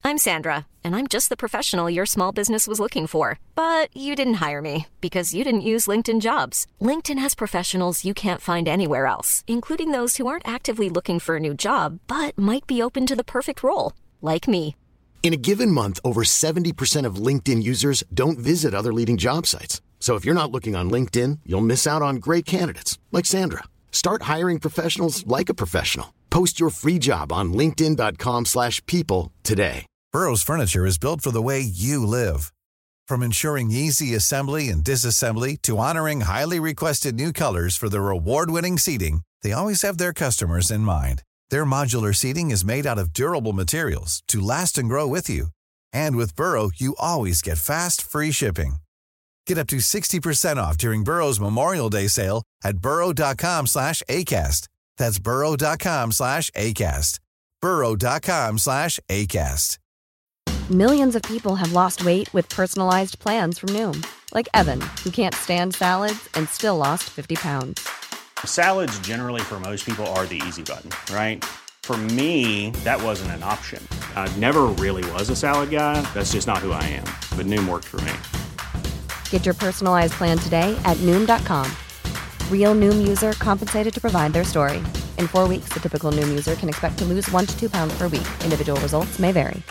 I'm Sandra, and I'm just the professional your small business was looking for. But you didn't hire me because you didn't use LinkedIn Jobs. LinkedIn has professionals you can't find anywhere else, including those who aren't actively looking for a new job, but might be open to the perfect role, like me. In a given month, over 70% of LinkedIn users don't visit other leading job sites. So if you're not looking on LinkedIn, you'll miss out on great candidates like Sandra. Start hiring professionals like a professional. Post your free job on linkedin.com/people today. Burrow's furniture is built for the way you live. From ensuring easy assembly and disassembly to honoring highly requested new colors for their award-winning seating, they always have their customers in mind. Their modular seating is made out of durable materials to last and grow with you. And with Burrow, you always get fast, free shipping. Get up to 60% off during Burrow's Memorial Day sale at burrow.com/ACAST. That's burrow.com/ACAST. burrow.com/ACAST. Millions of people have lost weight with personalized plans from Noom. Like Evan, who can't stand salads and still lost 50 pounds. Salads generally for most people are the easy button, right? For me, that wasn't an option. I never really was a salad guy. That's just not who I am. But Noom worked for me. Get your personalized plan today at Noom.com. Real Noom user compensated to provide their story. In 4 weeks, the typical Noom user can expect to lose 1 to 2 pounds per week. Individual results may vary.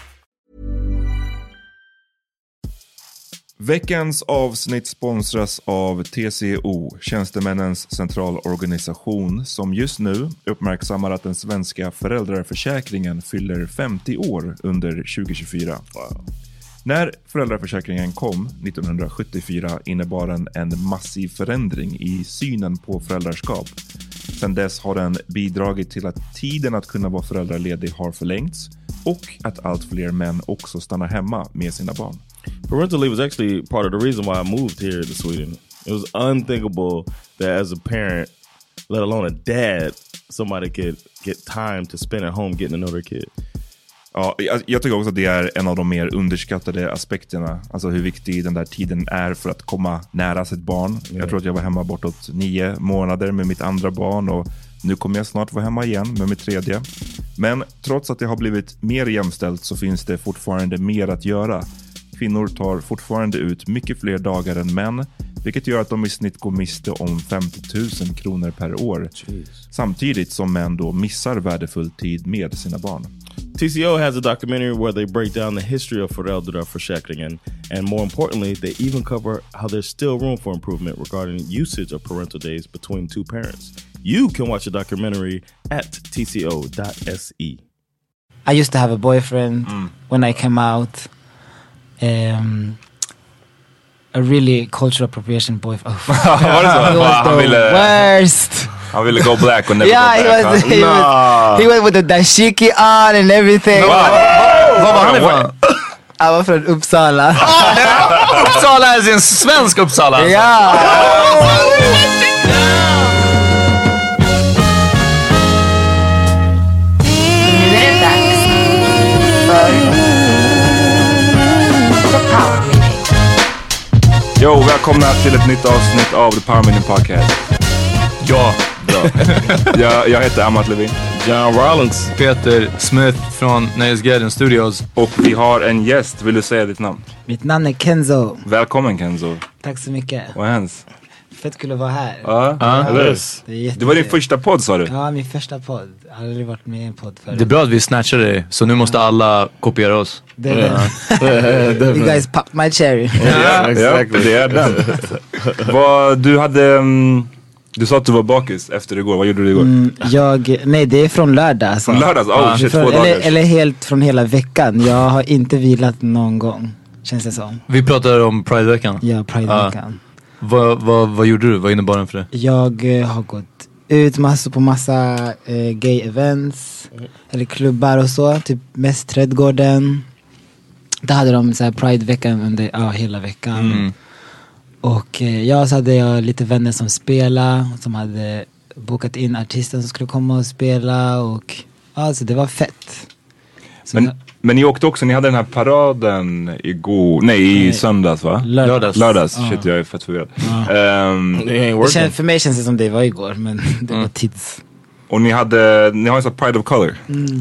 Veckans avsnitt sponsras av TCO, Tjänstemännens centralorganisation, som just nu uppmärksammar att den svenska föräldraförsäkringen fyller 50 år under 2024. Wow. När föräldraförsäkringen kom 1974 innebar den en massiv förändring i synen på föräldraskap. Sedan dess har den bidragit till att tiden att kunna vara föräldraledig har förlängts och att allt fler män också stannar hemma med sina barn. Parental leave was actually part of the reason why I moved here to Sweden. It was unthinkable that as a parent, let alone a dad, somebody could get time to spend at home getting to know their kid. Ja, jag tycker också att det är en av de mer underskattade aspekterna. Alltså hur viktig den där tiden är för att komma nära sitt barn. Yeah. Jag tror att jag var hemma bortåt 9 månader med mitt andra barn och nu kommer jag snart vara hemma igen med mitt tredje. Men trots att det har blivit mer jämställt så finns det fortfarande mer att göra. Kvinnor tar fortfarande ut mycket fler dagar än män, vilket gör att de i snitt går miste om 50 000 kronor per år. Jeez. Samtidigt som män då missar värdefull tid med sina barn. TCO has a documentary where they break down the history of föräldraförsäkringen, and more importantly, they even cover how there's still room for improvement regarding usage of parental days between two parents. You can watch the documentary at tco.se. I used to have a boyfriend when I came out. A really cultural appropriation boyfriend. Oh, var det så? He was the worst. Han ville go black and never yeah, go back. he went with the dashiki on and everything. Var var han ifrån? Jag var från Uppsala. Uppsala är en svensk Uppsala. Ja. Nu är det dags för The Power Meeting. Jo, välkomna till ett nytt avsnitt av The Power Meeting Podcast. Ja, bra. jag heter Amat Levin. John Rollins. Peter Smith från Nice Garden Studios. Och vi har en gäst, vill du säga ditt namn? Mitt namn är Kenzo. Välkommen Kenzo. Tack så mycket. Vad häns? Fett kul att vara här. Det var din första podd, sa du? Ja, min första podd. Jag har aldrig varit med i en podd förut. Det är bra att vi snatchade dig, så nu måste alla kopiera oss. You guys popped my cherry. Ja, exactly. Det är den. Du sa att du var bakis efter igår. Vad gjorde du igår? Nej, det är från lördag. Alltså. Från lördags? Shit, 2 dagar. Eller helt från hela veckan. Jag har inte vilat någon gång, känns det som. Vi pratade om Pride-veckan. Ja, Pride-veckan. Vad gjorde du? Vad innebar den för det? Jag har gått ut på massa gay-events. Eller klubbar och så. Typ mest Trädgården. Där hade de så här Pride-veckan under hela veckan. Och så hade jag lite vänner som spelade, som hade bokat in artister som skulle komma och spela, och så det var fett. Men ni åkte också, ni hade den här paraden i söndags, va? Lördags. Shit, jag är fett förvirrad. För mig känns det som det var igår, men det var tids. Och ni har en sån Pride of Color.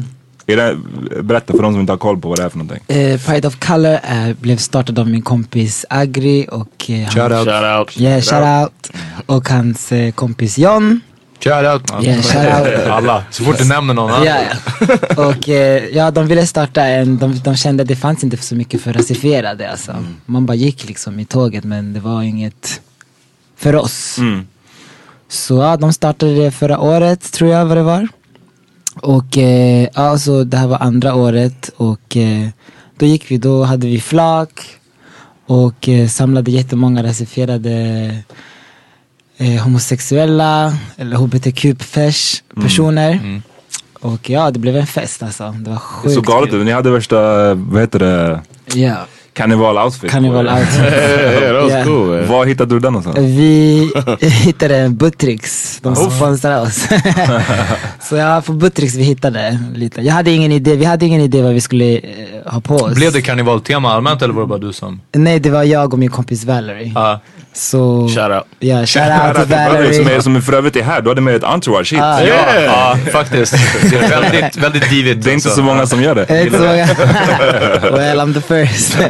Berätta för de som inte har koll på vad det är för någonting. Pride of Color blev startad av min kompis Agri och Shout out. Yeah, shout out. Och hans kompis John. Shout out. Yeah, shout out. Alla, så fort du nämner någon. Ja. Och de ville starta de kände att det fanns inte så mycket för rasifierade alltså. Man bara gick liksom i tåget, men det var inget för oss. Så de startade det förra året, tror jag vad det var. Och så det här var andra året. Och då hade vi flak och samlade jättemånga rasifierade homosexuella eller hbtq-personer. Och det blev en fest alltså. Det var sjukt. Så galet, ni hade värsta, vad heter det? Ja. Carnival-outfit. Carnival-outfit. That was cool. Var hittade du den någonstans? Vi hittade en Buttricks. De sponsrade oss. Så på Buttricks vi hittade lite. Vi hade ingen idé vad vi skulle ha på oss. Blev det karnevaltema allmänt eller var det bara du som? Nej, det var jag och min kompis Valerie. Så shout out. Ja, shout out till Valerie. Som för övrigt är här, du hade med ett entourage hit. Ja, faktiskt. Det är väldigt, väldigt divigt. Det är inte så många som gör det. Well, I'm the first.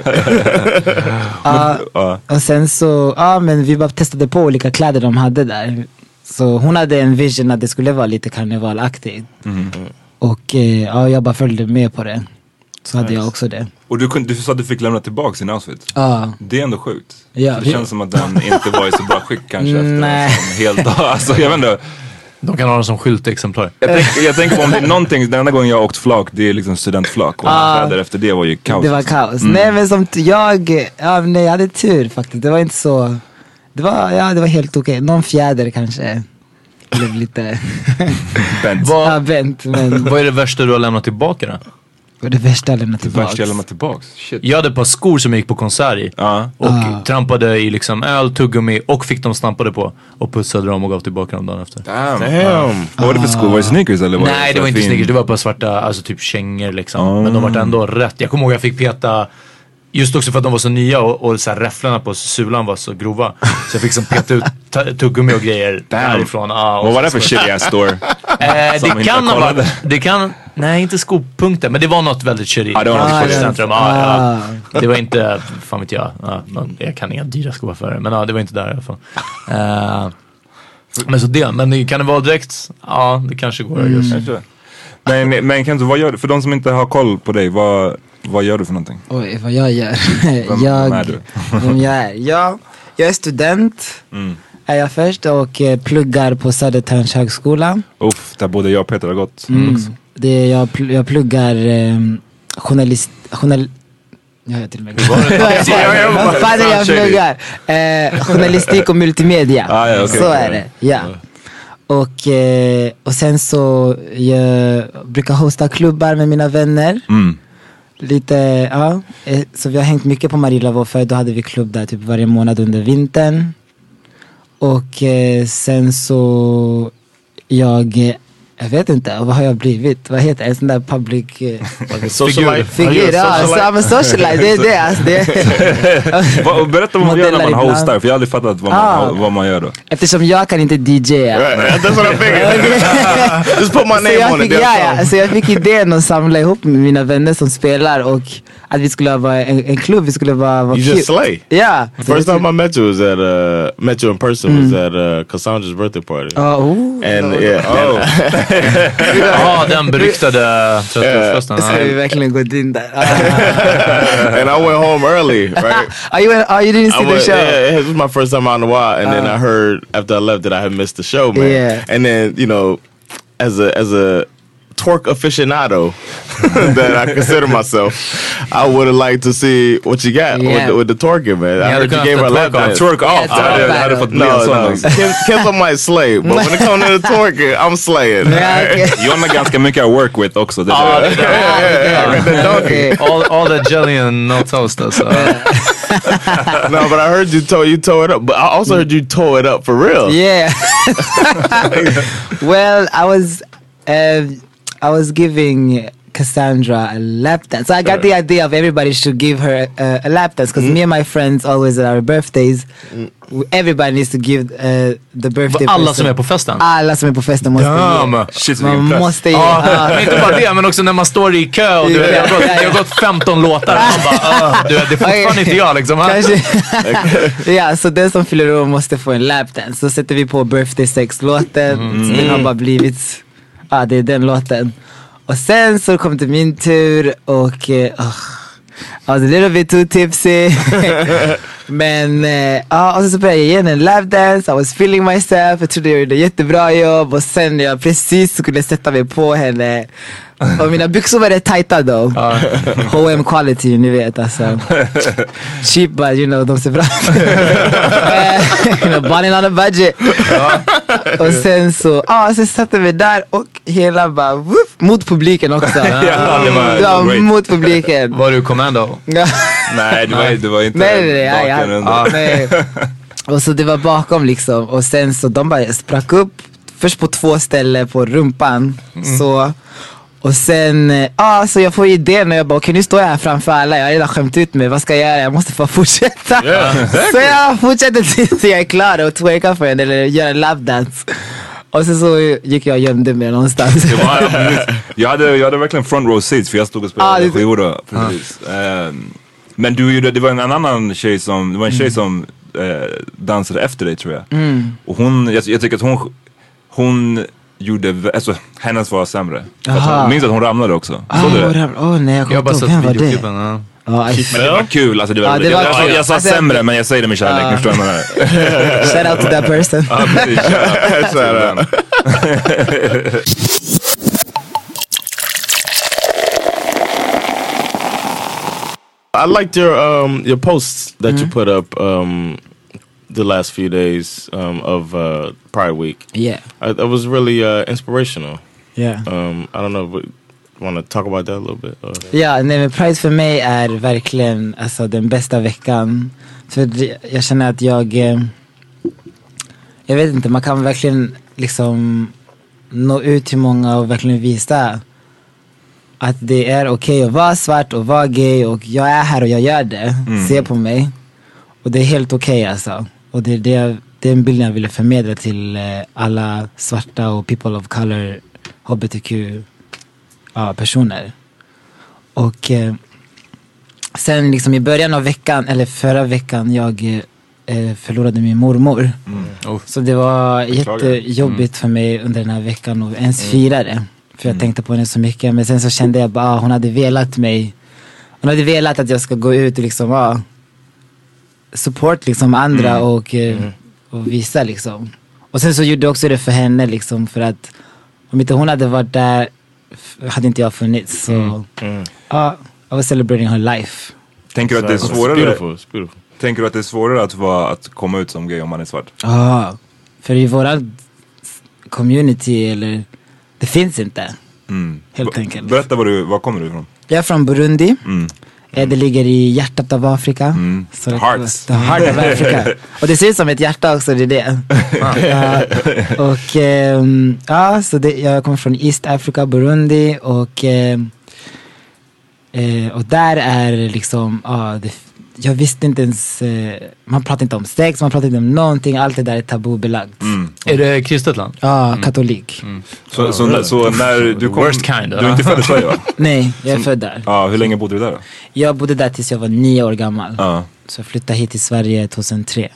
Och sen så, men vi bara testade på olika kläder de hade där. Så hon hade en vision att det skulle vara lite karnevalaktigt. Och jag bara följde med på det. Så hade jag också det. Och du sa att du fick lämna tillbaka sin outfit. Det är ändå sjukt. Ja, det känns som att den inte var i så bra skick kanske efter en hel dag. Alltså jag vet inte. De kan ha den som skyltexemplar. Jag tänker på om det är någonting, den enda gången jag har åkt flak, det är liksom studentflak. Och kläder efter det var ju kaos. Det var kaos. Nej men som jag hade tur faktiskt. Det var inte så, det var helt okej. Någon fjäder kanske blev lite bent. Men vad är det värsta du har lämnat tillbaka då? Och det värsta jag lämnat tillbaks. Shit. Jag hade ett par skor som jag gick på konsert i. Och trampade i liksom öl, tuggummi och fick dem stampade på. Och pussade dem och gav tillbaka dem dagen efter. Damn. Vad var det för skor? Var det sneakers eller? Nej, det var inte sneakers. Det var bara svarta, alltså typ kängor liksom. Men de var ändå rätt. Jag kommer ihåg jag fick peta, just också för att de var så nya och så här räfflarna på sulan var så grova. Så jag fick som peta ut tuggummi och grejer därifrån. Vad var det för shitty ass store? Det kan ha varit, nej inte skopunkter, men det var något väldigt shitty. Det var något centrum. Det var inte, fan vet jag. Jag kan inga dyra skor för det, men det var inte där i alla fall. Men så det, men det kan det vara direkt. Ja, det kanske går just. Men Kenzo, vad gör du? För de som inte har koll på dig, vad gör du för någonting? Oj, vad jag gör? Vem är du? Vem jag är? Jag är student. Är jag först och pluggar på Södertörns högskola. Där både jag och Peter har gått. Jag pluggar jag heter till mig. Vad fan är jag pluggar? Journalistik och multimedia. Så är det, ja. Och sen så jag brukar hosta klubbar med mina vänner. Lite, så vi har hängt mycket på Marielava, för då hade vi klubb där typ varje månad under vintern. Och sen så jag vet inte, vad har jag blivit? Vad heter det? En sån där public figur. Ja, men socialite, det är det. Alltså, berätta om vad man gör när man hostar, för jag har aldrig fattat vad man gör då. Eftersom jag kan inte DJa. That's what I figured. Just put my name on it. Så jag fick idén att samla ihop mina vänner som spelar och att vi skulle vara en klubb, vi skulle vara you just slay. Yeah. First time I met you was at met you in person was at Cassandra's birthday party. And den beryktade 30-årsfesten. Ska vi verkligen gå in där? And I went home early, right? You didn't see the show? Yeah, it was my first time out in a while, and then I heard after I left that I had missed the show, man. Yeah. And then, you know, as a twerk aficionado that I consider myself, I would have liked to see what you got with the twerking, man. I heard you gave her a lap dance. Twerk off. No. Kenzo might slay, but when it comes to the twerking, I'm slaying. John har ganska mycket att work with också. All the jelly and no toast. No, but I heard you toe it up. But I also heard you toe it up for real. Yeah. Well, I was giving Cassandra a lap dance. So I got the idea of everybody should give her a lap dance because me and my friends always at our birthdays, everybody needs to give the birthday Alla person. som är på festen? Alla som är på festen måste ge. Shit, Man måste ge. Men inte bara det, men också när man står i kö och det har gått 15 låtar och man bara, det är fortfarande inte jag liksom. Kanske. Ja, så den som fyller år måste få en lap dance. Så sätter vi på birthday sex-låten. Så den har bara blivit, det är den låten. Och sen så kom det min tur och I was a little bit too tipsy. Men och så började jag ge en lap dance. I was feeling myself. Jag trodde jag gjorde jättebra jobb. Och sen när jag precis skulle sätta mig på henne, och mina byxor var rätt tajta då. H&M quality, ni vet alltså. Cheap but you know, de ser bra. Balling on a budget. Och sen så sen satte vi där och hela bara woof, mot publiken också. Mot publiken. Var du commando? Nej, det var inte. Nej. Och så det var bakom liksom. Och sen så de bara sprack upp först på 2 ställen på rumpan. Så. Och sen, så jag får idén och jag bara, okej, nu står jag här framför alla. Jag har redan skämt ut mig, vad ska jag göra? Jag måste få fortsätta. Så jag fortsätter tills jag är klar och twerka för henne eller göra en lapdance. Och sen så gick jag och gömde mig någonstans. Jag hade verkligen front row seats för jag stod och spelade skivor då. Precis. Men det var en annan tjej som dansade efter dig, tror jag. Och jag tycker att hon gjorde, alltså hennes var sämre. Alltså, minns att hon ramlade också. Nej, jag bara sett videoklippen. Men det var kul, alltså det var jag sa sämre, men jag säger det med kärlek, förstår du vad jag menar? Shout out to that person. I liked your posts that you put up the last few days of Pride Week. Yeah, it was really inspirational. Yeah. I don't know, want to talk about that a little bit? Ja, nej, men Pride för mig är verkligen alltså den bästa veckan. För jag känner att jag vet inte, man kan verkligen liksom nå ut till många och verkligen visa att det är okej att vara svart och vara gay, och jag är här och jag gör det. Se på mig. Och det är helt okej alltså. Och det är den bilden jag ville förmedla till alla svarta och people of color, HBTQ personer. Och sen liksom i början av veckan, eller förra veckan, jag förlorade min mormor. Så det var jättejobbigt för mig under den här veckan att ens fira det. För jag tänkte på henne så mycket. Men sen så kände jag bara, hon hade velat att jag ska gå ut och liksom support liksom andra och visa liksom. Och sen så gjorde jag också det för henne liksom, för att om inte hon hade varit där hade inte jag funnits. Så I was celebrating her life. Tänker du att det är svårare? Tänker du att det är svårare att komma ut som gay om man är svart? För i våra community, eller det finns inte. Helt enkelt. Berätta var kommer du ifrån? Jag är från Burundi. Det ligger i hjärtat av Afrika. The heart of Africa. Och det ser ut som ett hjärta också, det är det. Så jag kommer från East Africa, Burundi. Och där är liksom jag visste inte ens, man pratar inte om sex, man pratar inte om någonting, allt det där är tabubelagt. Är det kristet land? Katolik. Så när du kom, worst kind, du är inte född i Sverige, va? Nej, jag är född där. Hur länge bodde du där då? Jag bodde där tills jag var 9 år gammal. Så jag flyttade hit till Sverige 2003.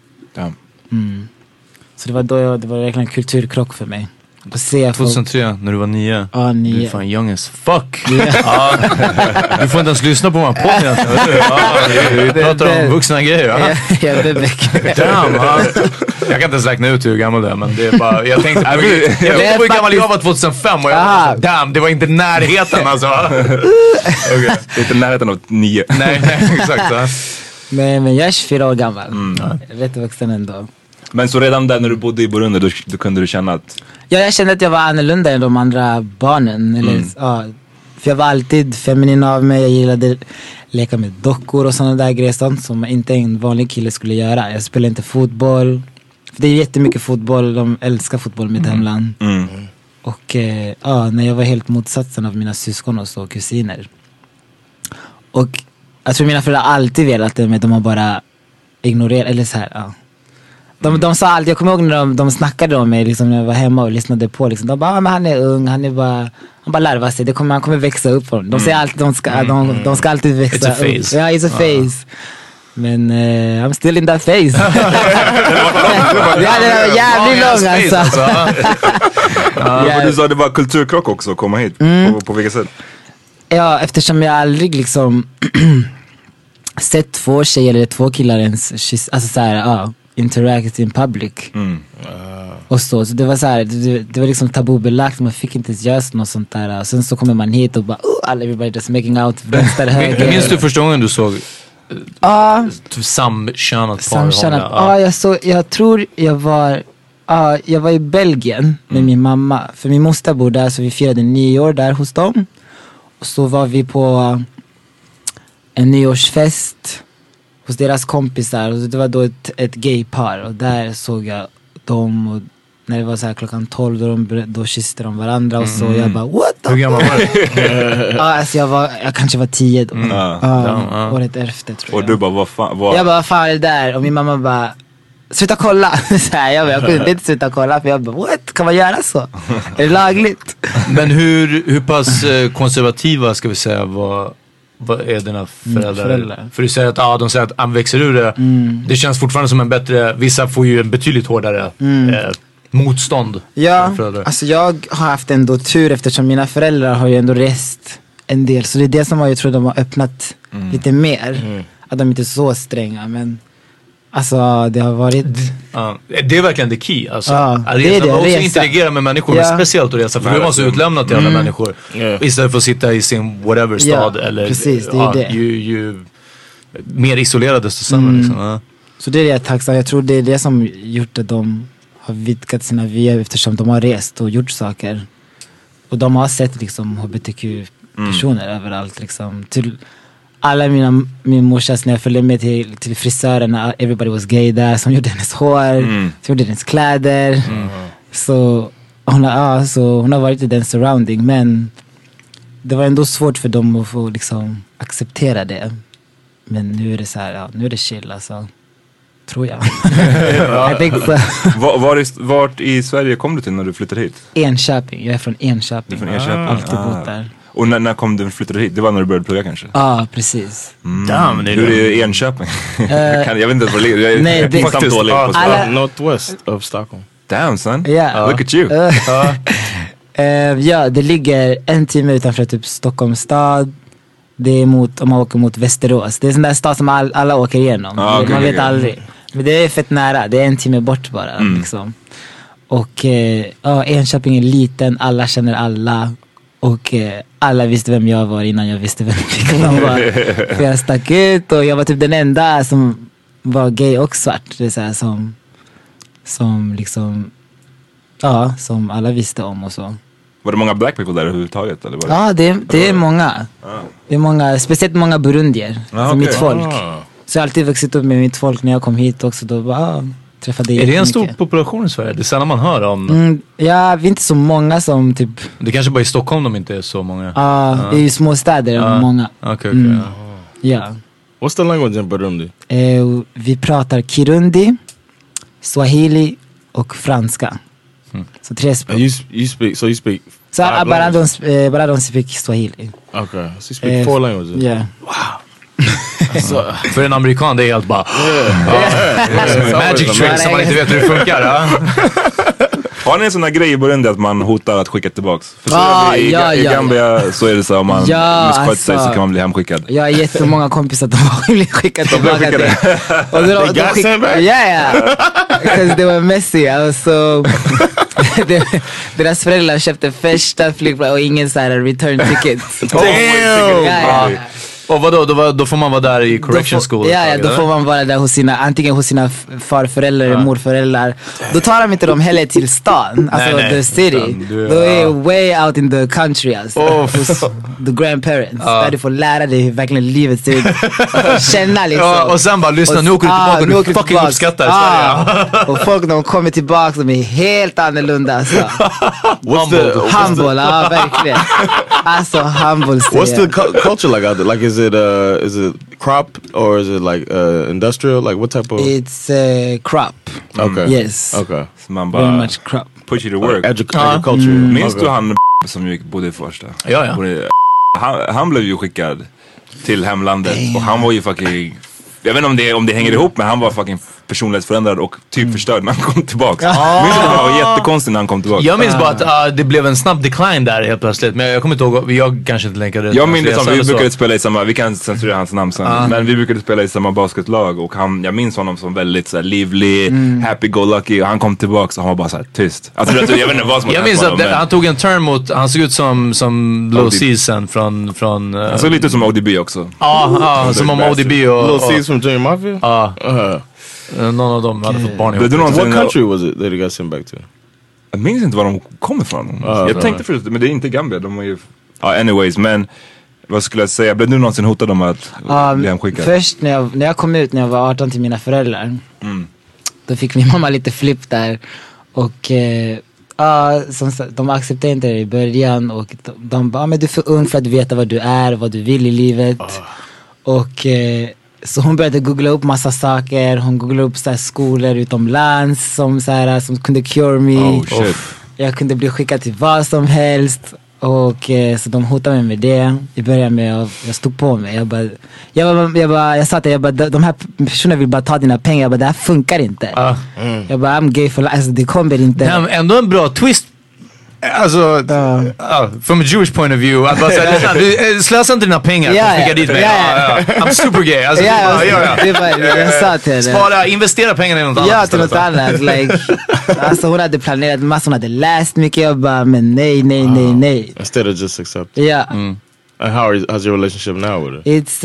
Så det var då det var verkligen en kulturkrock för mig. 2003, när du var 9. 9. Du är fan young as fuck. Du får inte ens lyssna på vad man vi pratar om vuxna grejer. Jag är bebek. Jag kan inte ens räkna ut hur gammal det är, men det är bara, jag tänkte på hur gammal jag var 2005 och jag var damn, det var inte närheten alltså. Det är inte närheten av 9. Nej, exakt. Men jag är 24 år gammal. Rätt vuxen ändå. Men så redan där när du bodde i Burundi, då kunde du känna att... Ja, jag kände att jag var annorlunda än de andra barnen. För jag var alltid feminin av mig. Jag gillade leka med dockor och sådana där grejer. Sånt som inte en vanlig kille skulle göra. Jag spelade inte fotboll. För det är jättemycket fotboll. De älskar fotboll i mitt hemland. Och när jag var helt motsatsen av mina syskon och så kusiner. Och jag tror mina föräldrar alltid velat det, men de har bara ignorerat, eller så här, ja. De sa alltid, jag kommer ihåg när de snackade om mig liksom, när jag var hemma och lyssnade på liksom, de bara, men han är ung, han bara larvar sig, han kommer växa upp från. De säger alltid, de ska alltid växa upp. Ja, it's a phase. Men I'm still in that phase. Ja, det var jävligt lång alltså. Men du sa det var kulturkrock också att komma hit. På vilket sätt? Ja, eftersom jag aldrig liksom sett 2 tjejer eller 2 killar ens alltså såhär, interact in public. Och så det var såhär, det var liksom tabubelagt, man fick inte göra något sånt där. Och sen så kommer man hit och bara everybody just making out vänster, höger. Minns du första gången du såg samkönat par? Jag tror jag var i Belgien med min mamma, för min moster bor där, så vi firade nyår där hos dem. Och så var vi på en nyårsfest hos deras kompisar, och det var då ett gaypar, och där såg jag dem, och när det var så här klockan 12 då kysste de varandra och så jag bara what the. Hur gammal var du? Alltså jag kanske var 10 då. Året efter tror jag. Och du bara vad fan jag bara vad fan är det där? Och min mamma bara sluta kolla. Så här, jag kunde inte sluta kolla, för jag bara what? Kan man göra så? Är det lagligt? Men hur pass konservativa ska vi säga vad är dina föräldrar? För du säger att de säger att han växer ur det. Det känns fortfarande som en bättre, vissa får ju en betydligt hårdare motstånd. Ja, alltså jag har haft ändå tur, eftersom mina föräldrar har ju ändå rest en del. Så det är det som jag tror de har öppnat lite mer. Att de inte är så stränga, men alltså det har varit det är verkligen the key alltså. Det är det, också interagera med människor, men speciellt att resa, för du måste utlämna till alla människor istället för att sitta i sin whatever stad eller precis, det är det. Ju mer isolerade desto sämre liksom. Så det är jag tacksam. Jag tror det är det som gjort att de har vidgat sina vyer, eftersom de har rest och gjort saker. Och de har sett liksom hbtq-personer överallt liksom. Till alla min morsas, när jag följde med till frisören, everybody was gay där, som gjorde hennes hår, som gjorde hennes kläder. Så hon har varit i den surrounding, men det var ändå svårt för dem att få liksom acceptera det. Men nu är det så här, nu är det chill alltså. Tror jag. I think so. Vart i Sverige kom du till när du flyttade hit? Enköping, jag är från Enköping. Du är från Enköping? Alltid bott där. Och när kom du flyttade hit? Det var när du började plugga kanske? Ja, precis. Hur är Enköping? Jag vet inte vad det ligger. Nej, det är faktiskt northwest of Stockholm. Damn son, yeah. Look at you. Ja, det ligger 1 timme utanför typ Stockholms stad. Det är om man åker mot Västerås. Det är en sån där stad som alla åker igenom. Man vet aldrig. Men det är fett nära. Det är 1 timme bort bara liksom. Och Enköping är liten. Alla känner alla. Och alla visste vem jag var innan jag visste vem jag var. För jag stack ut, och jag var typ den enda som var gay och svart. Det är så här som liksom som alla visste om och så. Var det många black people där överhuvudtaget? Eller var det? Ja, det är många. Det är många, speciellt många burundier. För mitt folk. Så jag har alltid vuxit upp med mitt folk. När jag kom hit också, då bara träffade jag. Är det en stor population i Sverige? Det är sällan man hör om. Ja, vi är inte så många som typ. Det kanske bara i Stockholm de inte är så många. Det är ju små städer, många. Okay. Ja. What's the language in Burundi? Vi pratar Kirundi, Swahili och franska. Så 3 språk. You speak so bara de speak Swahili. Okay, so you speak 4 languages. Yeah. Wow. För en amerikan det är helt bara magic trick som man inte vet hur det funkar. Har ni en sån här grej i Burundi att man hotar att skicka tillbaks? För i Gambia så är det så, om man missköter sig så kan man bli hemskickad. Jag har jättemånga kompisar att de har blivit skickade tillbaka det. Och de skickade, because they were messy. Alltså, deras föräldrar köpte första flygplan och ingen så här return ticket. Damn! Och vadå, då får man vara där i correction school? Ja, då får man vara där hos antingen hos sina farföräldrar eller morföräldrar. Då tar de inte dem heller till stan, alltså the city. Då är way out in the country, alltså. Hos the grandparents. Där du får lära dig hur verkligen livet ser ut. Känna liksom. Och sen bara lyssna, nu åker du tillbaka och du fucking uppskattar Sverige. Och folk de kommer tillbaka, de är helt annorlunda, alltså. Humble, ja verkligen. Alltså humble. What's the culture like out there? Like is it crop or is it like industrial? Like what type of? It's crop. Okay. Yes. Okay. Så man Very bara much crop. push you to work. Agriculture. Minns du han som bodde i första? Ja. Han blev ju skickad till hemlandet. Och han var ju fucking, jag vet inte om det hänger ihop, men han var fucking personlighetsförändrad och typ förstörd när han kom tillbaka. Minns du det var jättekonstigt när han kom tillbaka? Jag minns bara att det blev en snabb decline där helt plötsligt. Men jag kommer inte ihåg, jag kanske inte länkade det. Jag minns det som vi brukade spela i samma, vi kan censurera hans namn sen, men vi brukade spela i samma basketlag och jag minns honom som väldigt så här livlig, happy-go-lucky, och han kom tillbaka och han var bara så här tyst. Alltså jag vet inte vad som jag minns att han tog en turn mot, han såg ut som Low Season från han såg lite som ODB också. Ja, som om ODB och Low Season from Junior Mafia? Ja. Någon av dem hade fått barn ihop. What country was it that he got sent back to? Jag minns inte var de kommer ifrån. Jag tänkte först, men det är inte Gambia. De var ju... anyways, men vad skulle jag säga? Blev du någonsin hotad om att bli hemskickad? Först när jag kom ut när jag var 18 till mina föräldrar. Då fick min mamma lite flipp där. Och som sagt, de accepterade inte det i början. Och de bara, men du är för ung för att veta vad du är, vad du vill i livet. Och... så hon började googla upp massa saker. Hon googlade upp så här skolor utomlands som kunde cure me. Jag kunde bli skickad till vad som helst. Och så de hotade mig med det. I början med jag stod på mig. Jag sa att de här personerna vill bara ta dina pengar. Jag bara, det här funkar inte. Jag bara, I'm gay for life. Alltså, det kommer inte. Ändå en bra twist. Alltså, from a Jewish point of view, att bara säga, du slösa inte dina pengar för att skicka dit mig. I'm super gay. Alltså, jag sa till henne. Spara, investera pengarna i något annat. Ja, till något annat. Like, alltså hon hade planerat massor, hon hade läst mycket. Jag bara, men nej. Instead of just accept. Yeah. And how's your relationship now with her? It's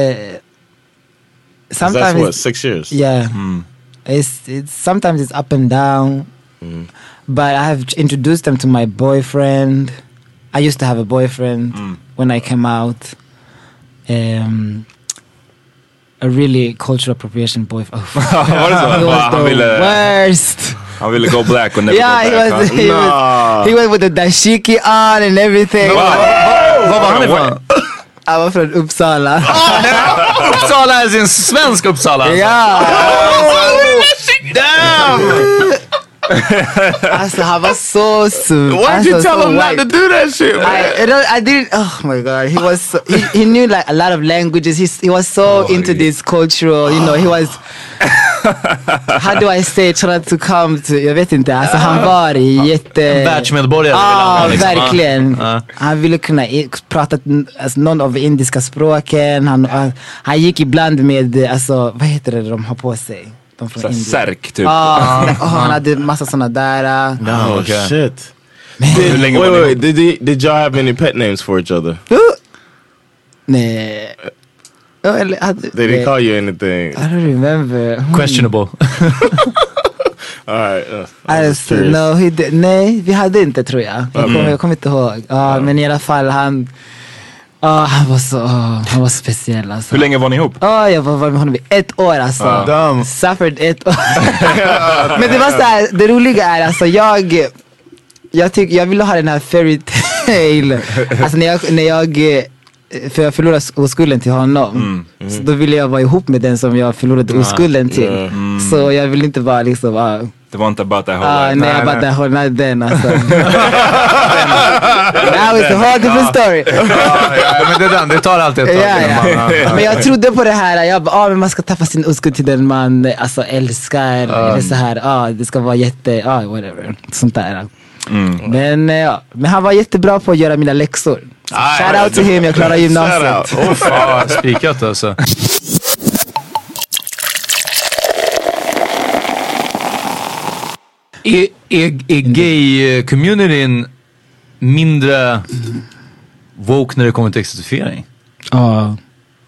sometimes that's what, 6 years? Yeah. It's sometimes it's up and down. But I have introduced them to my boyfriend. I used to have a boyfriend when I came out. A really cultural appropriation boyfriend. He was the worst. Han ville go black and never go back. He went with the dashiki on and everything. Var var han ifrån? Han var från Uppsala. Uppsala är sin svensk Uppsala. Ja. Damn! Alltså han var så sur. Why did you tell him not to do that shit? I didn't. Oh my god, he was so, he knew like a lot of languages. He was so into this cultural, you know, he was how do I say, trying to come to, jag vet inte, alltså han var världsmedborgare. Liksom. Verkligen. Han ville kunna prata alltså, någon av indiska språken. Han gick ibland med, alltså vad heter det de har på sig? Särk typ. Han hade massa såna där. No, shit. Wait. Did y'all have any pet names for each other? Nej. Did he call you anything? I don't remember. Questionable. All right. No, nej, vi hade inte, tror jag. Jag kommer inte ihåg. Men i alla fall han var speciell alltså. Hur länge var ni ihop? Jag var med honom i 1 år alltså. Suffered 1 år. Men det var så här, det roliga är alltså jag ville ha den här fairy tale. Alltså för jag förlorade oskulden till honom. Så då ville jag vara ihop med den som jag förlorade oskulden till. Så jag ville inte vara liksom det var inte bara det hålla. Nej, bara det hålla den alltså. Now it's a whole different story. Men det tar alltid ett tag. Men jag trodde på det här. Jag bara, men man ska tappa sin oskuld till den man alltså älskar. Eller så här, det ska vara whatever. Sånt där. Men han var jättebra på att göra mina läxor. Shout out to him, jag klarar gymnasiet. Spikat alltså. Är gay-communityn mindre woke när det kommer till exotifiering? Ja,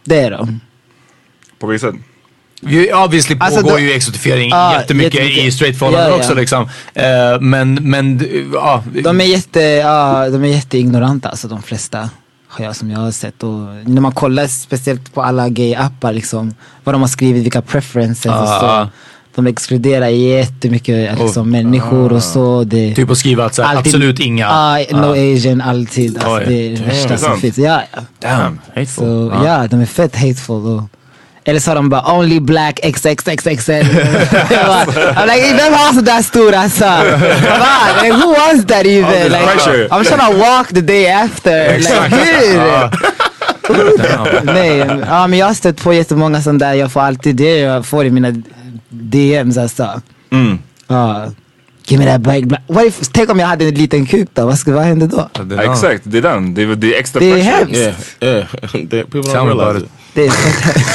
Det är de. På vilket sätt? Obviously pågår ju exotifiering jättemycket i straight-förhållanden också liksom. Men de är jätteignoranta, alltså de flesta som jag har sett. Och när man kollar speciellt på alla gay-appar liksom, vad de har skrivit, vilka preferences och så. De exkluderar jättemycket liksom, människor och så. Det, typ att skriva att absolut inga. No Asian, alltid. Alltså, det är det värsta som finns. Ja. Damn, hateful. Så de är fett hateful. Och, eller så har de bara only black XXXXL. I'm like, vem har sådär stor alltså? Who wants that even? Like, I'm trying to walk the day after. Nej, men jag har stött på jättemånga sån där. Jag får alltid det jag får i mina DMs alltså. Give me that bike. Tänk om jag hade en liten kuk då. Vad hände då? Exakt, det är den. Det är extra pressure. Det är hemskt. Yeah. People don't realize it. Det är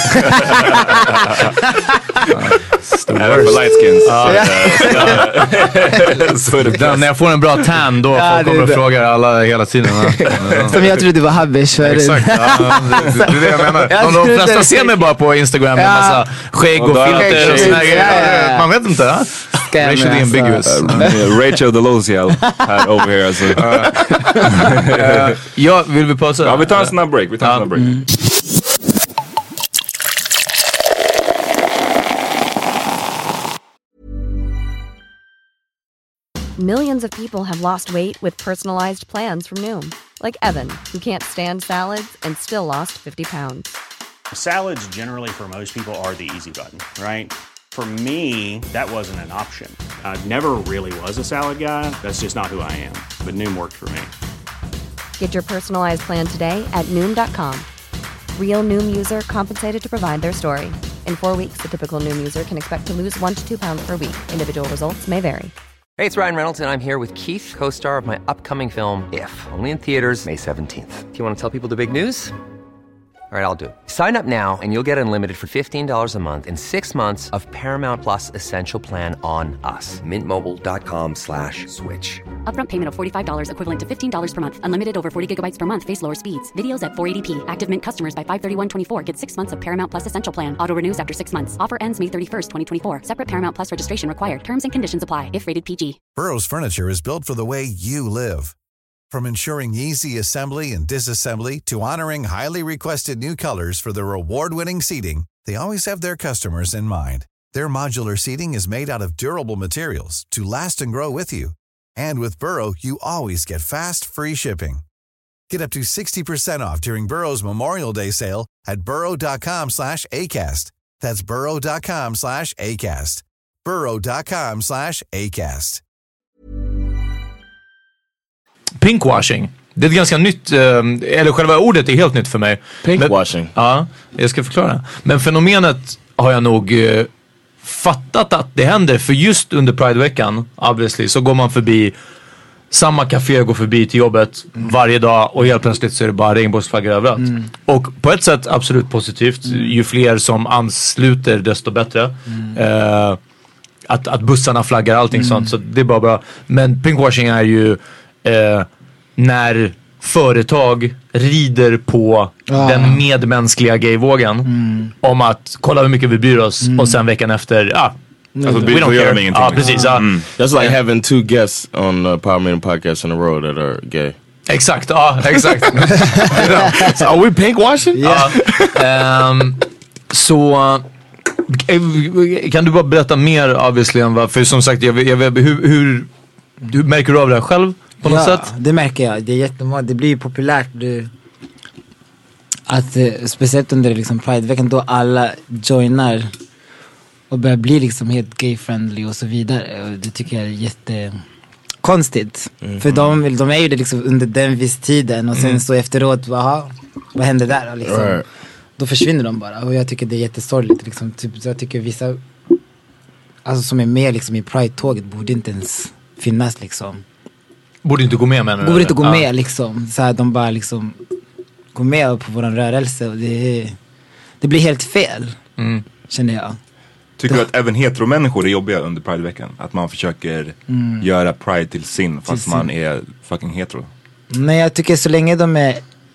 även för lightskins. När jag får en bra tan då kommer och frågar alla hela tiden. Som jag trodde var habbish förut. Exakt, det är det jag menar. De flesta ser mig bara på Instagram med massa skägg och filter och såna grejer. Man vet inte. Racially ambiguous. Rachel Delosial här over here alltså. Ja, vill vi pausa? Ja, vi tar en snabb break. Millions of people have lost weight with personalized plans from Noom. Like Evan, who can't stand salads and still lost 50 pounds. Salads generally for most people are the easy button, right? For me, that wasn't an option. I never really was a salad guy. That's just not who I am. But Noom worked for me. Get your personalized plan today at Noom.com. Real Noom user compensated to provide their story. In 4 weeks, the typical Noom user can expect to lose 1 to 2 pounds per week. Individual results may vary. Hey, it's Ryan Reynolds, and I'm here with Keith, co-star of my upcoming film, If, only in theaters May 17th. Do you want to tell people the big news? All right, I'll do it. Sign up now and you'll get unlimited for $15 a month and 6 months of Paramount Plus Essential Plan on us. MintMobile.com/switch. Upfront payment of $45 equivalent to $15 per month. Unlimited over 40 gigabytes per month. Face lower speeds. Videos at 480p. Active Mint customers by 531.24 get 6 months of Paramount Plus Essential Plan. Auto renews after 6 months. Offer ends May 31st, 2024. Separate Paramount Plus registration required. Terms and conditions apply if rated PG. Burrow's furniture is built for the way you live. From ensuring easy assembly and disassembly to honoring highly requested new colors for their award-winning seating, they always have their customers in mind. Their modular seating is made out of durable materials to last and grow with you. And with Burrow, you always get fast, free shipping. Get up to 60% off during Burrow's Memorial Day sale at burrow.com/ACAST. That's burrow.com/ACAST. burrow.com/ACAST. Pinkwashing. Det är ett ganska nytt, eller själva ordet är helt nytt för mig. Pinkwashing? Ja, jag ska förklara. Men fenomenet har jag nog fattat att det händer. För just under Pride-veckan, obviously, så går man förbi samma café, går förbi till jobbet varje dag och helt plötsligt så är det bara regnbågsflaggor överallt. Och på ett sätt absolut positivt. Ju fler som ansluter desto bättre. Att bussarna flaggar, allting sånt. Så det är bara bra. Men pinkwashing är ju när företag rider på den medmänskliga gayvågen om att kolla hur mycket vi bryr oss och sen veckan efter alltså, we don't care. Ja, precis. That's like having 2 guests on Power Meeting Podcast in a row that are gay. Exakt, exakt. So are we pinkwashing? Yeah. Så kan du bara berätta mer obviously än för som sagt hur märker du av det här själv på något sätt? Det märker jag. Det är jättemånga. Det blir populärt att speciellt under liksom Pride-veckan då alla joinar och börjar bli liksom helt gay-friendly och så vidare. Och det tycker jag är jättekonstigt. För de är ju det liksom under den viss tiden och sen så efteråt, vad hände där? Liksom. Då försvinner de bara. Och jag tycker det är jättesorgligt. Liksom. Typ, så jag tycker vissa alltså, som är med liksom, i Pride-tåget borde inte ens finnas liksom. Borde inte gå med menar du? Borde inte gå med liksom. Så här, de bara liksom går med på våran rörelse. Och det blir helt fel. Känner jag. Tycker du att även heteromänniskor är jobbiga under Pride-veckan? Att man försöker göra Pride till sin fast man är fucking hetero? Nej, jag tycker så länge de är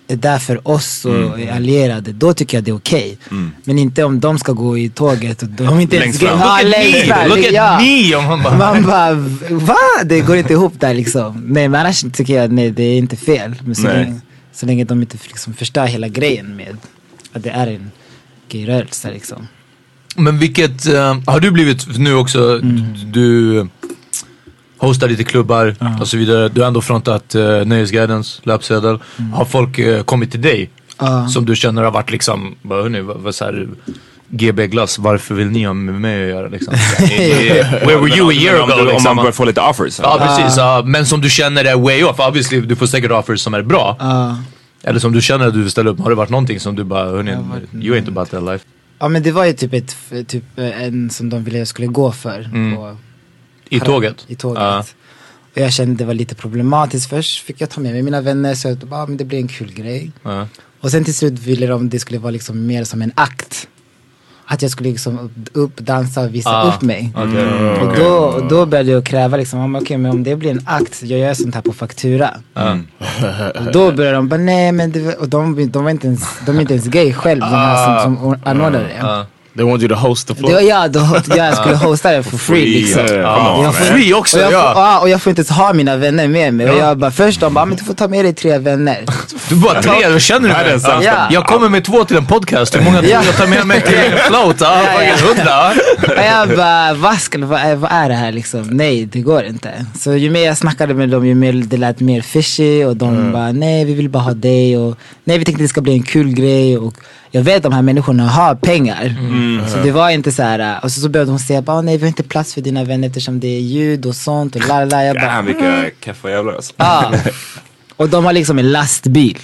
är där för oss och är allierade, då tycker jag det är okej. Men inte om de ska gå i tåget och de inte ens fram. Look at me! Man bara, va? Det går inte ihop där liksom. Nej, men annars tycker jag nej, det är inte fel. Men så länge de inte liksom förstör hela grejen med att det är en gayrörelse liksom. Men vilket, har du blivit nu också, du hostar lite klubbar och så vidare. Du har ändå frontat Nöjesguidens löpsedel. Har folk kommit till dig som du känner har varit liksom, hörni, vad så här, GB Glass, varför vill ni ha med mig att göra liksom? Where were you a year ago? Om liksom? man börjar få lite offers. Ja, precis. Men som du känner är way off. Obviously, du får säkert offers som är bra. Eller som du känner att du vill ställa upp. Har det varit någonting som du bara, hörni, you ain't about that life? Ja, men det var ju typ en som de ville jag skulle gå för. I tåget? I tåget. Och jag kände det var lite problematiskt. Först fick jag ta med mig mina vänner, så jag bara, men det blir en kul grej. Och sen till slut ville de, det skulle vara liksom mer som en akt. Att jag skulle liksom dansa och visa upp mig. Och då började jag kräva liksom, okej, men om det blir en akt, jag gör sånt här på faktura. Och då började de bara, nej men det, och de är inte ens gay själv, de här som anordnade det. They want you to host the floor. Jag skulle hosta det for free liksom. Free också, och jag får inte ens ha mina vänner med mig. Och jag bara, först de bara, men du får ta med dig 3 vänner. Du bara 3, då känner du det? Jag kommer med 2 till en podcast. Hur många tror jag tar med mig till en float? 100. Och jag bara, vad är det här liksom? Nej, det går inte. Så ju mer jag snackade med dem, ju mer det lät mer fishy. Och de bara, nej, vi vill bara ha dig. Och nej, vi tänkte det ska bli en kul grej. Och jag vet att de här människorna har pengar. Så det var inte så här. Och så började hon säga bara, nej, vi har inte plats för dina vänner eftersom det är ljud och sånt. Och lalala. Jag bara, vilka kaffa jävlar alltså. Och de har liksom en lastbil.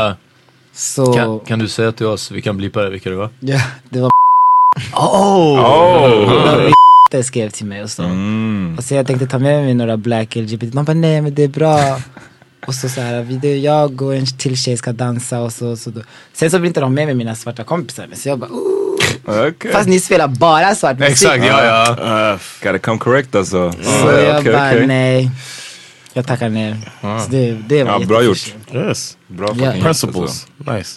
Så kan du säga till oss, vi kan blipa det, vilka det var? Ja, det var det skrev till mig och så. Och så jag tänkte ta med mig några black LGBT. De bara, nej men det är bra. Och så här, jag och en till tjej ska dansa och så. Sen så vill inte de med mina svarta kompisar. Så jag bara, fast ni spelar bara svart musik. Exakt, ja. Gotta come correct alltså. Så jag bara, nej. Jag tackar ner. Så det var bra gjort. Yes. Bra fucking principles. Alltså. Nice.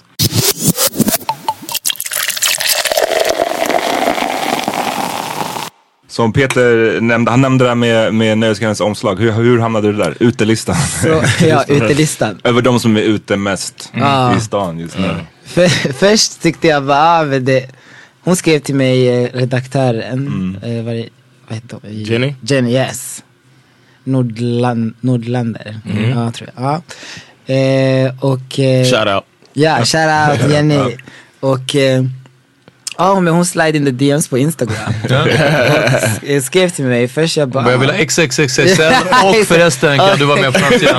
Som Peter nämnde, han nämnde det här med Nöjesguidens omslag. Hur hamnade du där? Utelistan. Utelistan. Över de som är ute mest i stan just nu. Först tyckte jag bara, hon skrev till mig, redaktören, vad heter hon? Jenny, yes. Nordlander. Ja, tror jag. Och shout out. Ja, shout out Jenny. Och men hon slide in the DMs på Instagram. Och skrev till mig först, jag bara, jag vill ha XXXXL och förresten kan du vara med på framsidan.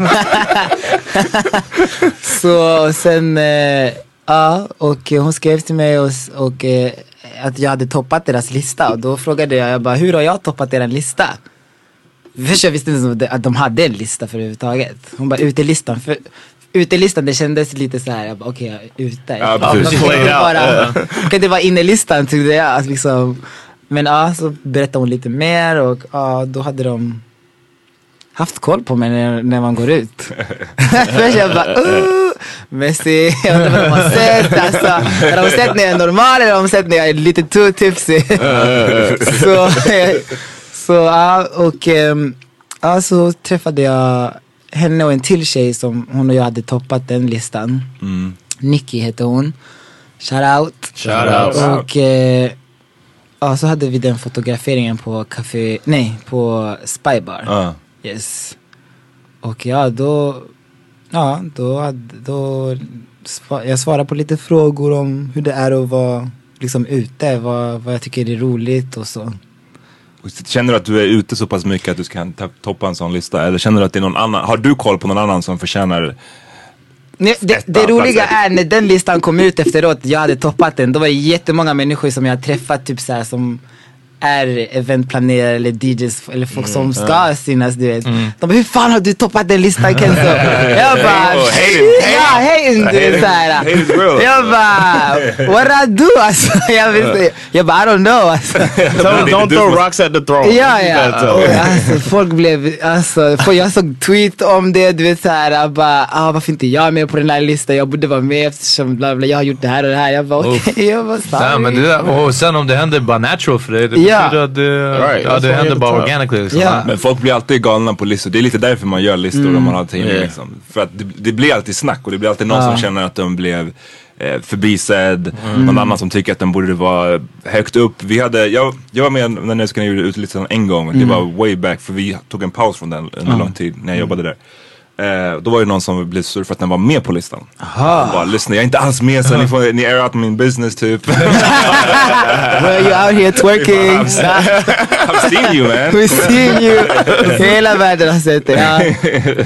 Så sen och hon skrev till mig och att jag hade toppat deras lista. Och då frågade jag bara, hur har jag toppat deras lista? Först jag visste inte att de hade en lista för överhuvudtaget. Hon bara, utelistan, det kändes lite så här. Jag bara, okej, jag är ute. Jag kan inte vara innelistan, tyckte jag. Alltså, liksom. Men så berättade hon lite mer. Och då hade de haft koll på mig när man går ut. Först jag bara, Messi, jag vet inte vad de har sett. Alltså, har de sett när jag är normal eller har de sett när jag är lite too tipsy? Så träffade jag henne och en till tjej som hon och jag hade toppat den listan. Nikki heter hon. Shout out. Och så hade vi den fotograferingen på på Spybar. Yes. Och då jag svarade på lite frågor om hur det är att vara liksom ute, vad jag tycker är roligt och så. Känner du att du är ute så pass mycket att du kan toppa en sån lista? Eller känner du att det är någon annan? Har du koll på någon annan som förtjänar? Det roliga är när den listan kom ut efteråt, jag hade toppat den. Då var det jättemånga människor som jag hade träffat typ så här, som är eventplanerare eller DJs eller folk som ska synas, du vet. De bara, hur fan har du toppat den listan, Kenzo? Jag bara, hating, du vet såhär. Jag bara, what I do? Alltså, jag bara, I don't know. Alltså. Don't throw rocks at the throne. Ja. Alltså, folk blev, jag såg tweet om det, du vet såhär, bara, varför inte jag är med på den här listan? Jag borde vara med eftersom bla bla, jag har gjort det här och det här. Jag bara, okej, jag bara, nej, men det där, och sen om det händer bara natural för dig, det betyder att det händer bara organically liksom. Men folk blir alltid galna på listor. Det är lite därför man gör listor om man har tid liksom. För att det blir alltid snack och det blir alltid någon som känner att de blev förbisedd, någon annan som tycker att den borde vara högt upp. Jag var med när jag skulle ut listan en gång, det var way back, för vi tog en paus från den under lång tid när jag jobbade där. Då var det någon som blev sur för att den var med på listan. Bara, lyssna, jag är inte alls med, så ni är out min business typ. Well, you out here twerking. I've seen you, man. We've seen you. Hela världen har sett det.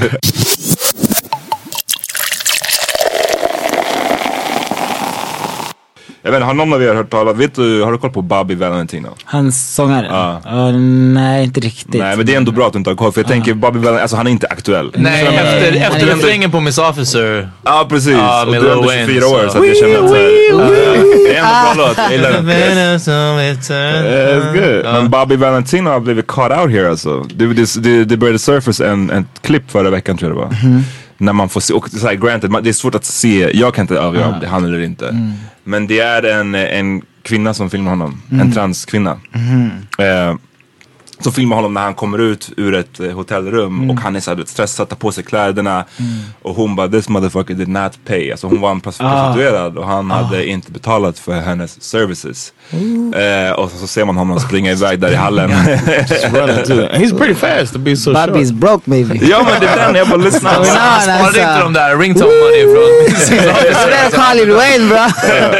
Jag vet inte, har någon av er hört talas? Har du koll på Bobby Valentino? Hans sångare? Nej, inte riktigt. Nej, men det är ändå bra att du inte har koll, för jag tänker Bobby Valentino, alltså han är inte aktuell. Nej, efter refrängen på Miss Officer. Ja, precis. Och du är ändå 24 år, så att jag känner att det är ändå bra låt. Jag gillar den. It's good. Men Bobby Valentino har blivit caught out here alltså. Det började surface en klipp förra veckan, tror jag det var. När man får se, och så här, granted, det är svårt att se, jag kan inte avgöra om det är han eller inte. Men det är en kvinna som filmar honom, en transkvinna. Så filmar honom när han kommer ut ur ett hotellrum och han är så här stressad, tar på sig kläderna och hon bara, this motherfucker did not pay. Alltså hon var en prostituerad och han hade inte betalat för hennes services. Och så ser man honom springa iväg där i hallen. He's pretty fast to be so short. Bobby's broke maybe. Ja, men det är den jag bara lyssnar. Han sparade inte de där ringtone money ifrån. Så det är Carly Wayne, bro.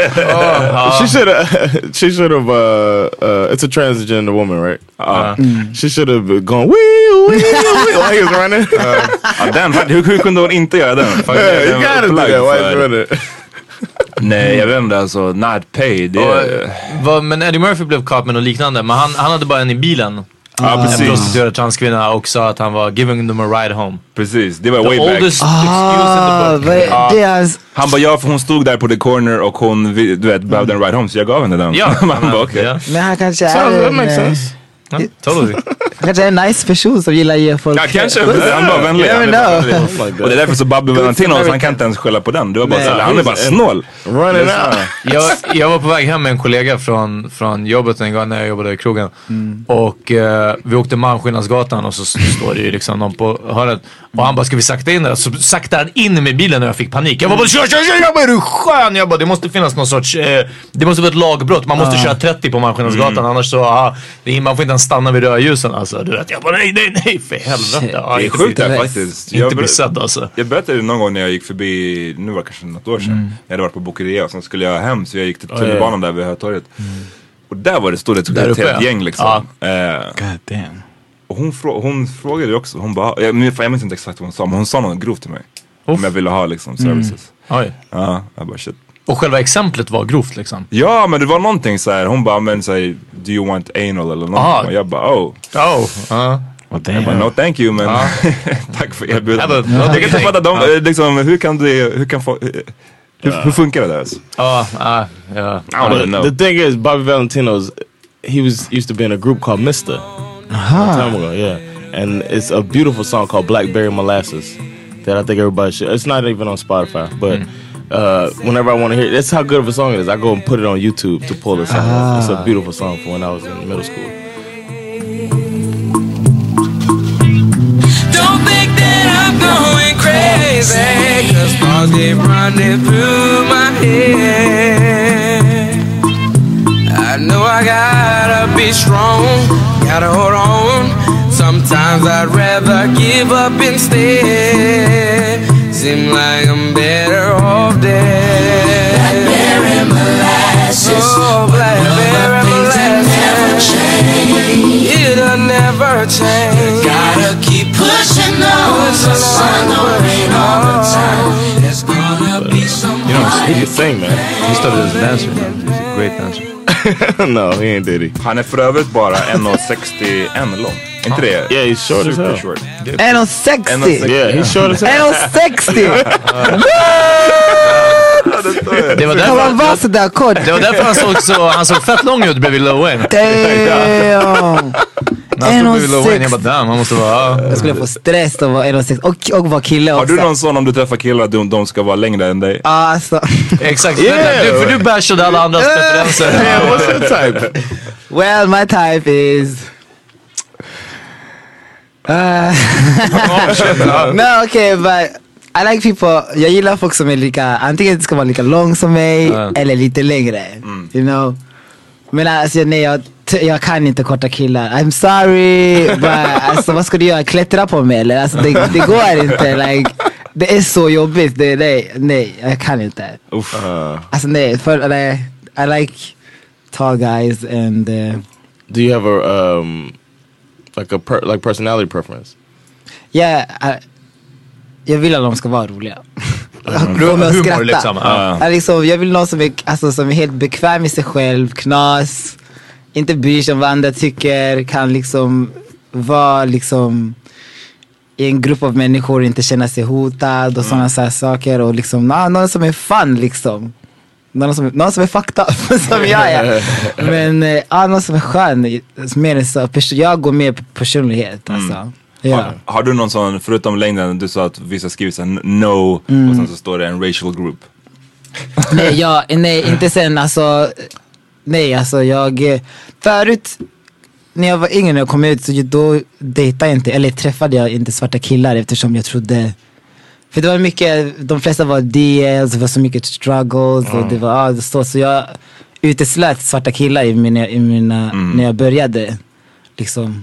She should have it's a transgender woman, right? She should have gone wee while he was running. Hur kunde hon inte göra den? You gotta do that while he's running. Nej, jag vet inte, alltså not paid. Men Eddie Murphy blev kap med något liknande, men han hade bara en i bilen. Ja, precis. En prostituerad transkvinna och sa att han var giving them a ride home. Precis, det var way back. Oldest excuse in the book. Han bara, för hon stod där på the corner och hon, du vet, behövde en ride home, så jag gav henne den. Ja, man bara, okay. Men han kanske that makes sense. Totally. Kanske är en nice person som gillar att ge folk. Ja, kanske. Han var vänlig. Och det är därför så Bobby Valentino, han kan inte ens skälla på den. Det var bara så, han är bara snål. Jag var på väg hem med en kollega från jobbet en gång när jag jobbade i krogen. Och vi åkte Malmskillnadsgatan och så står det ju liksom någon på hörnet. Och han bara, ska vi sakta in där? Så saktade han in med bilen när jag fick panik. Jag bara, är du skön? Jag bara, det måste finnas någon sorts, det måste vara ett lagbrott. Man måste köra 30 på Malmskillnadsgatan, annars så, man får inte ens stanna vid rödljusen alltså. Du vet, jag bara, nej, för helvete. Det är sjukt här faktiskt. Inte bli sedd alltså. Jag berättade någon gång när jag gick förbi, nu var det kanske något år sedan. Jag hade varit på Bokeria och sen skulle jag hem, så jag gick till tunnelbanan där vid Hötorget. Och där var det stod ett helt gäng liksom. God damn. Och hon frågade också, hon bara, jag minns inte exakt vad hon sa, men hon sa något grovt till mig. Om jag ville ha liksom services. Oj. Ja, jag bara shit. Och själva exemplet var grovt liksom. Ja, men det var någonting så här. Hon bara, men säger, do you want anal eller något? Och jag bara, jag bara, no thank you, men tack för erbjudandet. Jag kan inte fatta dem, liksom, hur funkar det där? The thing is, Bobby Valentino's, he used to be in a group called Mr. A time ago, yeah. And it's a beautiful song called Blackberry Molasses that I think everybody should. It's not even on Spotify, but whenever I want to hear it, that's how good of a song it is. I go and put it on YouTube to pull this song. It's a beautiful song from when I was in middle school. Don't think that I'm going crazy, 'cause thoughts keep running through my head. I know I gotta be strong, gotta hold on. Sometimes I'd rather give up instead. Seem like I'm better off dead. Blackberry molasses, blackberry molasses. It'll never change. Gotta keep pushing on. The sun don't rain all the time. There's gonna be some. He can sing, man. He started as a dancer. He's a great dancer. No, he ain't Diddy. Han är för övrigt bara 1,61 lång. Inte det? Yeah, he's short as hell. Short. 1,60. Yeah, he's short as hell. 1,60. Det var Kan man vara sådär kort? Det var därför han såg fett lång ut bredvid Lil Wayne. Damn. När han stod bredvid Lil Wayne, jag bara damn, han måste vara... Jag skulle få stress att vara 1,60 och vara kille också. Har du någon sån om du träffar killar att de ska vara längre än dig? Alltså. Exakt, för du bashade alla andras preferenser. Yeah, what's your type? Well, my type is... No, okay, but I like people. Jag gillar folk som är lika, antingen ska vara lika lång som mig eller lite längre. You know. Men alltså nej, jag kan inte korta killar. I'm sorry, but alltså vad ska du göra? Klättra på mig eller? Alltså det går inte. Like, det är så jobbigt. Nej, jag kan inte. Alltså nej, för I like tall guys and do you have a like personality preference? Yeah, jag vill att de ska vara roliga. Humor liksom. Liksom, jag vill någon som är, alltså, som är helt bekväm i sig själv, knas, inte bryr sig om vad andra tycker, kan liksom vara liksom i en grupp av människor, inte känna sig hotad och sådana så här saker, och liksom någon som är fun liksom. Någon som är fucked up som jag är. Men någon som är skön, mer än så. Jag går med på personlighet alltså. Ja. Har du någon sån, förutom längden, du sa att vissa skriver såhär no och sen så står det en racial group? Nej, inte sen alltså. Nej, alltså jag förut när jag var yngre, när jag kom ut, så då dejtade jag inte, eller träffade jag inte svarta killar, eftersom jag trodde, för det var mycket, de flesta var DS, det var så mycket struggles och det var så jag uteslöt svarta killar i mina när jag började liksom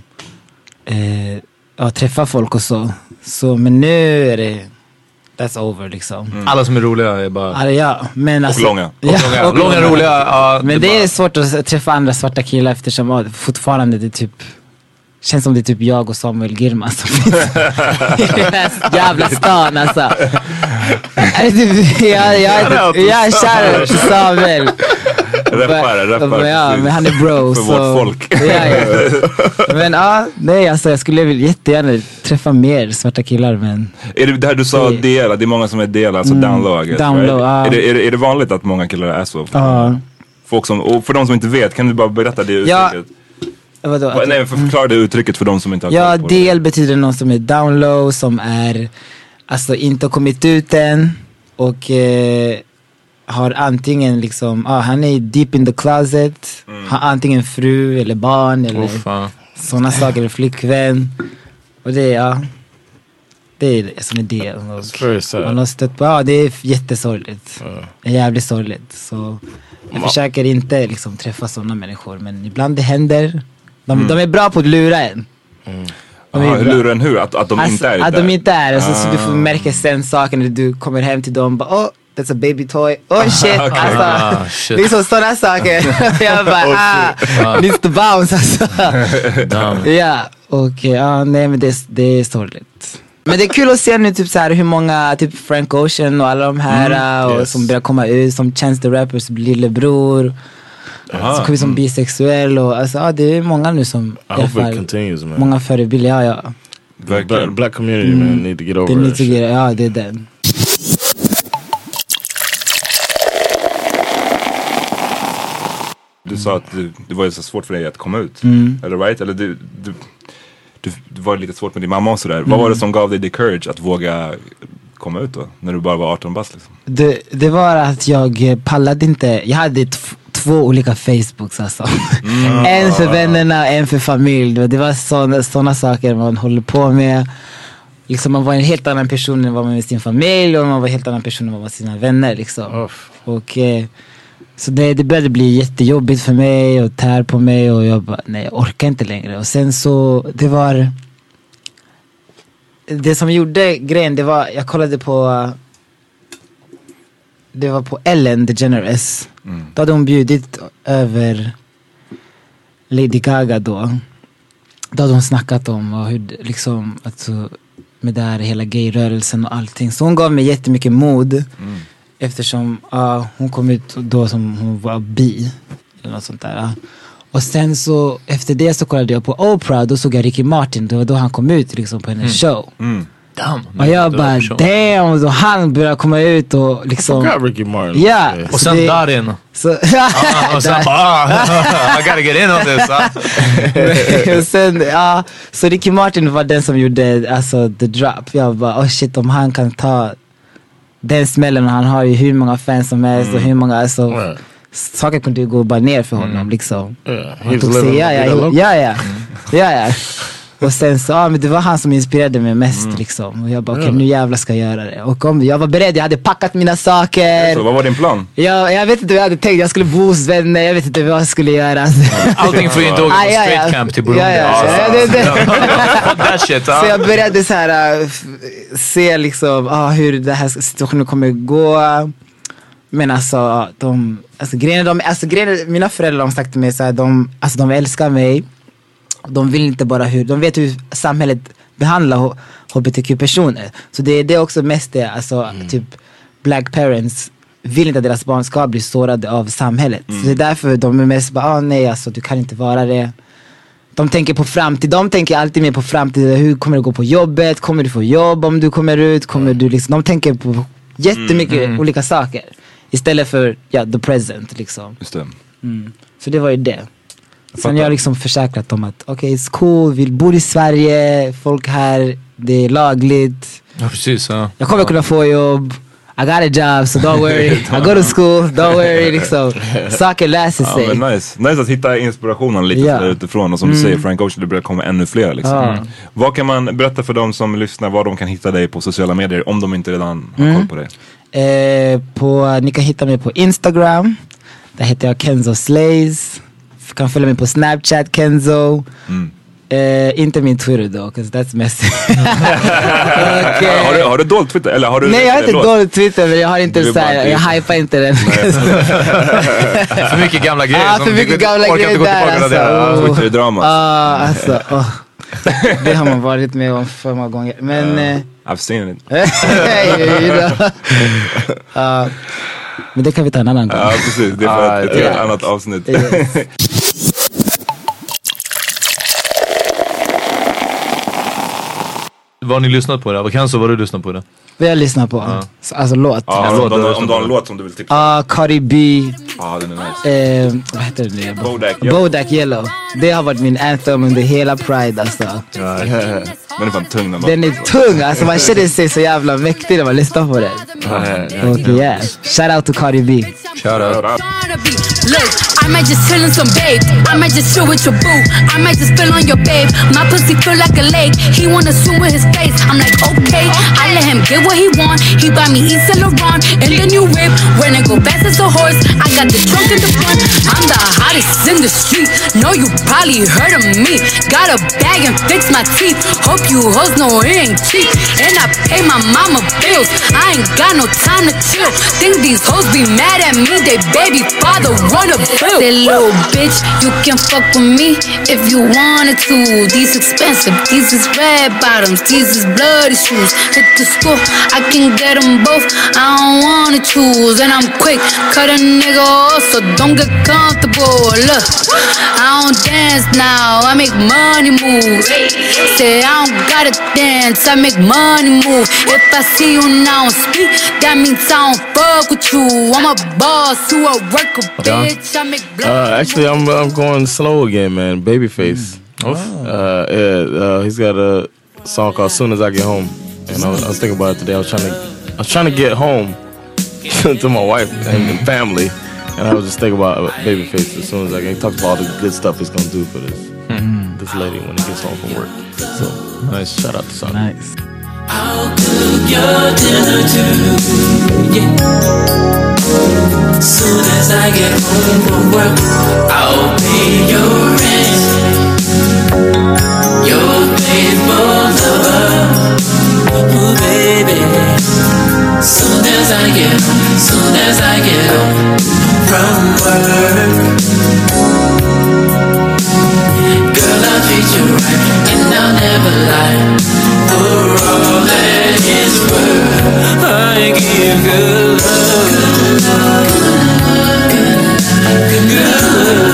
träffa folk och så men nu är det that's over liksom. Alla som är roliga är bara... Ja, men alltså, och långa. Och långa, roliga. Men det är svårt att träffa andra svarta killar, eftersom fortfarande det är typ, känns som det är typ jag och Samuel Girma som finns i den här jävla stan alltså. Jag är kär till Samuel. Rappare. Ja, men han är bro. För vårt folk. Ja. Men nej alltså, jag skulle jättegärna träffa mer svarta killar, men... Är det här du sa dela? Det är många som är dela, alltså download. Är det vanligt att många killar är så? Folk som, och för de som inte vet, kan du bara berätta det uttrycket? Vadå? Nej, förklara det uttrycket för de som inte har koll på det. Del betyder någon som är download, som är alltså inte har kommit ut än och har antingen liksom, han är deep in the closet, har antingen fru eller barn eller sådana saker, eller flickvän, och det är det som är det. Man har stött på, det är jättesorgligt. Det är jävligt sorgligt. Så jag försöker inte liksom träffa sådana människor, men ibland det händer. De är bra på att lura en. Lura en hur? Att de alltså, inte är att de inte är. Alltså, så du får märka sen saken när du kommer hem till dem. Bara, that's a baby toy. Shit. Alltså, liksom sådana saker. Jag bara, needs to bounce. Alltså. Ja, och nej, men det är sorgligt. Men det är kul att se nu typ så här hur många, typ Frank Ocean och alla de här och som börjar komma ut som Chance the Rappers lillebror. Så kommer som bisexuell och alltså, det är många nu som I hope it continues, man. Många förebilder, Black community, man, need to get over that shit. Ja, det är den. Du sa att det var så svårt för dig att komma ut. Eller right? Eller du var lite svårt med din mamma och sådär. Vad var det som gav dig the courage att våga komma ut då? När du bara var 18 bast liksom? Det var att jag pallade inte. Jag hade två olika Facebooks alltså. En för vännerna och en för familj. Det var såna saker man håller på med. Liksom man var en helt annan person än vad man var med sin familj, och man var en helt annan person än vad man var med sina vänner liksom. Och så det började bli jättejobbigt för mig och tär på mig, och jag bara, nej, jag orkar inte längre. Och sen så det som gjorde grejen, det var, jag kollade på, det var på Ellen DeGeneres. Då hade hon bjudit över Lady Gaga då. Då hade hon snackat om hur liksom, alltså, med det här hela gayrörelsen och allting. Så hon gav mig jättemycket mod. Eftersom hon kom ut då som hon var bi eller något sånt där. Och sen så efter det så kollade jag på Oprah. Då såg jag Ricky Martin. Det var då han kom ut liksom på hennes show. Och jag bara damn. Så han började komma ut och liksom. I forgot Ricky Martin. Ja. Och sen Darin. Och sen I gotta get in on this. Och sen så Ricky Martin var den som gjorde alltså the drop. Jag bara shit, om han kan ta den smällen. Han har ju hur många fans som helst. Och hur många alltså saker kunde ju gå bara ner för honom liksom. Han tog sig, ja. Och sen så, men det var han som inspirerade mig mest liksom. Och jag bara, okej, nu jävlar ska jag göra det. Och jag var beredd, jag hade packat mina saker. Så vad var din plan? Jag vet inte vad jag hade tänkt, jag skulle bo hos vänner. Jag vet inte vad jag skulle göra. Allting får ju inte åka på straight camp till Burundi. Så jag började så här se liksom hur det här situationen kommer gå. Men alltså, mina föräldrar har sagt till mig så här, de älskar mig. De vill inte bara de vet hur samhället behandlar hbtq-personer. Så det är också mest det, alltså typ black parents vill inte att deras barn ska bli sårade av samhället. Så det är därför de är mest bara, nej alltså du kan inte vara det. De tänker på framtid, de tänker alltid mer på framtid. Hur kommer det gå på jobbet? Kommer du få jobb om du kommer ut? Kommer du liksom, de tänker på jättemycket olika saker. Istället för the present liksom. Just det. Så det var ju det. Sen jag liksom försäkrat dem att it's cool, vi bor i Sverige, folk här, det är lagligt. Ja, precis. Ja. Jag kommer kunna få jobb. I got a job, so don't worry. I go to school, don't worry liksom. Saker läser sig. Men nice att hitta inspirationen lite där utifrån. Och som du säger, Frank Ocean, det börjar komma ännu fler liksom. Vad kan man berätta för dem som lyssnar, var de kan hitta dig på sociala medier om de inte redan har koll på dig? Ni kan hitta mig på Instagram. Där heter jag Kenzo Slays. Kan följa mig på Snapchat, Kenzo. Inte min Twitter då, because that's messy. Har du dolt Twitter? Eller har du nej, jag har inte dolt Twitter, men jag har inte såhär, jag hypar inte den. För mycket gamla grejer. För mycket gamla grejer där. Twitter-drama. Alltså, det har man varit med om för många gånger. Men I've seen it. Men det kan vi ta en annan gång. Ja, precis. Det är för ett annat avsnitt. Vad har ni lyssnat på det? Vad kan så vad du lyssnat på det? Vad jag lyssnar på? Alltså låt. Om du har en låt som du vill tipsa. Cardi B. Den är nice. Vad heter det? Bodak Yellow. Det har varit min anthem under hela Pride alltså. Den är fan tung. Den är tung, alltså man känner sig så jävla mäktig när man lyssnar på den. Shout out to Cardi B. Shout out. Look, I might just chill in some babe. I might just chill with your boo. I might just spill on your babe. My pussy feel like a lake. He wanna swim with his face. I'm like, okay. I let him get what he want. He buy me Yves Saint Laurent and the new whip. When it go fast as a horse, I got the trunk in the front. I'm the hottest in the street. Know you probably heard of me. Got a bag and fix my teeth. Hope you hoes know it ain't cheap. And I pay my mama bills. I ain't got no time to chill. Think these hoes be mad at me. They baby father run a bill. Say little bitch, you can fuck with me if you wanted to. These expensive, these is red bottoms, these is bloody shoes. Hit the school, I can get them both. I don't wanna choose, and I'm quick, cut a nigga off, so don't get comfortable. Look, I don't dance now, I make money moves. Say I don't gotta dance, I make money move. If I see you now speak, that means I don't fuck with you. I'm a boss, you a worker, bitch. I make actually, I'm going slow again, man. Babyface. He's got a song called "Soon as I Get Home," and I was thinking about it today. I was trying to get home to my wife and family, and I was just thinking about Babyface. As soon as I get, he talks about all the good stuff he's gonna do for this lady when he gets home from work. So nice, shout out to Sonny. Nice. I'll cook your dinner too, yeah. Soon as I get home from work, I'll pay your rent. Your faithful lover, oh baby. Soon as I get home from work, girl, I'll treat you right and I'll never lie. For all that it's worth, I give good love, good love.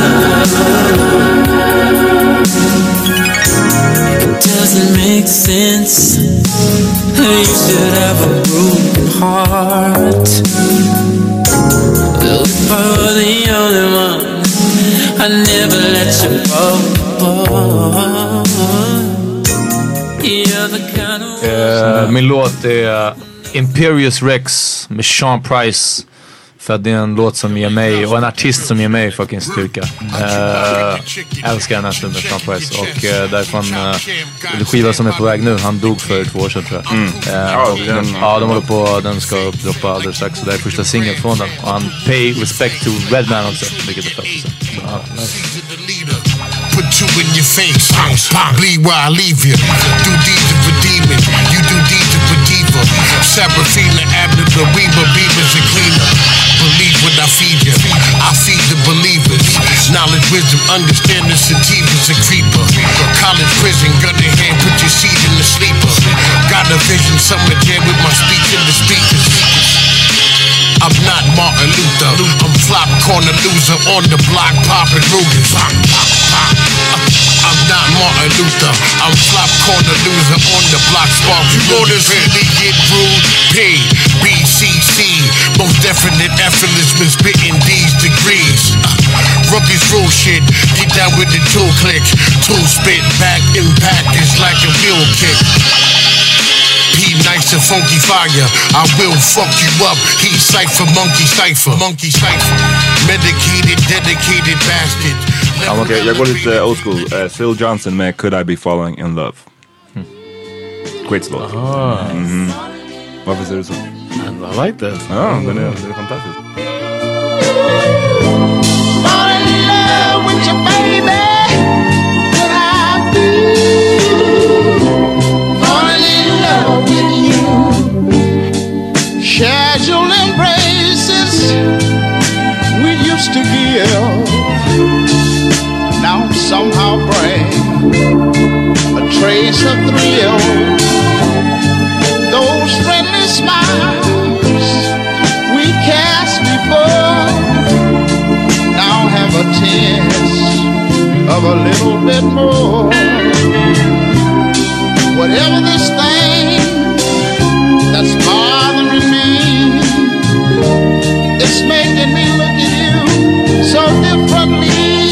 It doesn't make sense. You should have a broken heart. If I were the only one, I'd never let you go. You're the kind of min låt är Imperious Rex med Sean Price. För att det är en låt som ger mig, och en artist som ger mig fucking styrka. Älskar den här snubben, Sean Price. Och därifrån, det skiva som är på väg nu, han dog för 2 år sedan tror jag. De håller på, den ska droppa alldeles strax. Så det är första singeln från den. Och han pay respect to Redman också, vilket är fett. Put you in your face, bleed where I leave you. Do deeds of a demon, you do deeds of a diva. Seraphina, Abner, the Reba, Beavers, and cleaner. Believe when I feed you, I feed the believers. Knowledge, wisdom, understanding, sativa's a creeper. College, prison, gun in hand, put your seed in the sleeper. Got a vision, summer jam with my speech in the speakers. I'm not Martin Luther, I'm flop corner loser on the block popping Rugers. I'm not Martin Luther, I'm flop corner loser on the block sparking. You wanna see me get rude? P, B, C, C. Most definite effortless been spitting these degrees. Rookies rule shit, get down with the tool click. Tool spit back, impact is like a wheel kick. Nice and funky fire, I will fuck you up. He cypher, monkey cypher, monkey cypher. Medicated, dedicated bastard. Okej, jag går lite old school. Phil Johnson med Could I Be Falling in Love. Great låt. Varför ser du så? I like that. Ja, den är fantastisk. Fall in love with your baby. Could I be? With you, casual embraces we used to give, now somehow bring a trace of thrill. Those friendly smiles we cast before now have a taste of a little bit more. Whatever this thing that's bothering me, it's making me look at you so differently.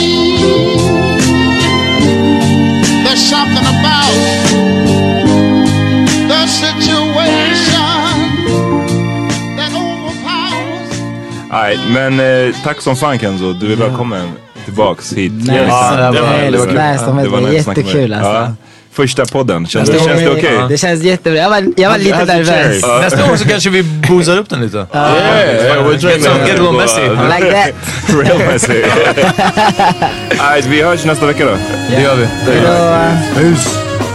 There's something about the situation that overpowers. Nej, men tack som fan Kenzo, du är välkommen tillbaks hit. Det var jättekul alltså. Ja. Första podden, känns det okej? Det känns jättebra, jag var lite nervös. Nästa år så kanske vi boosar upp den lite. Yeah, we're trying to get a little messy. Like that. Real messy. Alright, vi hörs nästa vecka då. Det gör vi. Peace.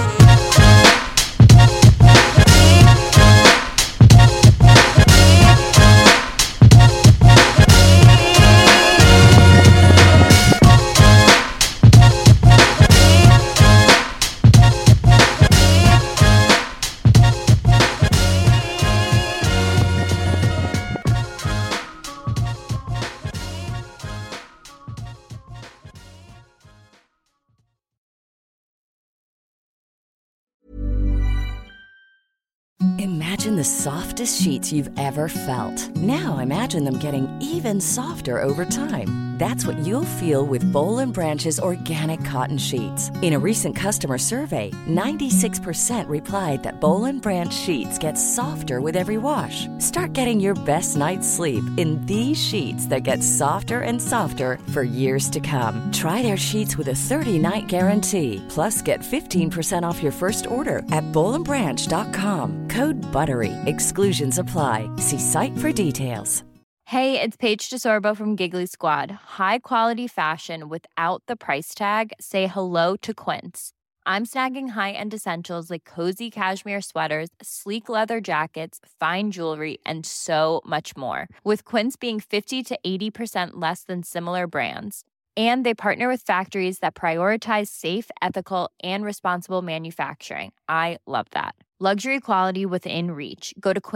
Imagine the softest sheets you've ever felt. Now imagine them getting even softer over time. That's what you'll feel with Boll & Branch's organic cotton sheets. In a recent customer survey, 96% replied that Boll & Branch sheets get softer with every wash. Start getting your best night's sleep in these sheets that get softer and softer for years to come. Try their sheets with a 30-night guarantee. Plus, get 15% off your first order at bollandbranch.com. Code BUTTERY. Exclusions apply. See site for details. Hey, it's Paige DeSorbo from Giggly Squad. High quality fashion without the price tag. Say hello to Quince. I'm snagging high-end essentials like cozy cashmere sweaters, sleek leather jackets, fine jewelry, and so much more. With Quince being 50 to 80% less than similar brands. And they partner with factories that prioritize safe, ethical, and responsible manufacturing. I love that. Luxury quality within reach. Go to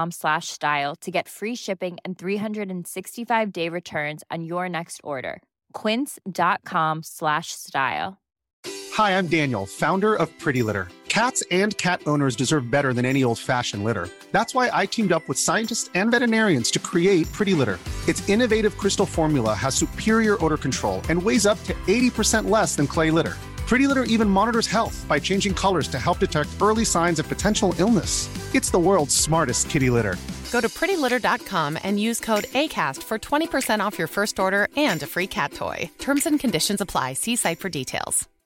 quince.com/style to get free shipping and 365-day returns on your next order. quince.com/style. Hi, I'm Daniel, founder of Pretty Litter. Cats and cat owners deserve better than any old-fashioned litter. That's why I teamed up with scientists and veterinarians to create Pretty Litter. Its innovative crystal formula has superior odor control and weighs up to 80% less than clay litter. Pretty Litter even monitors health by changing colors to help detect early signs of potential illness. It's the world's smartest kitty litter. Go to prettylitter.com and use code ACAST for 20% off your first order and a free cat toy. Terms and conditions apply. See site for details.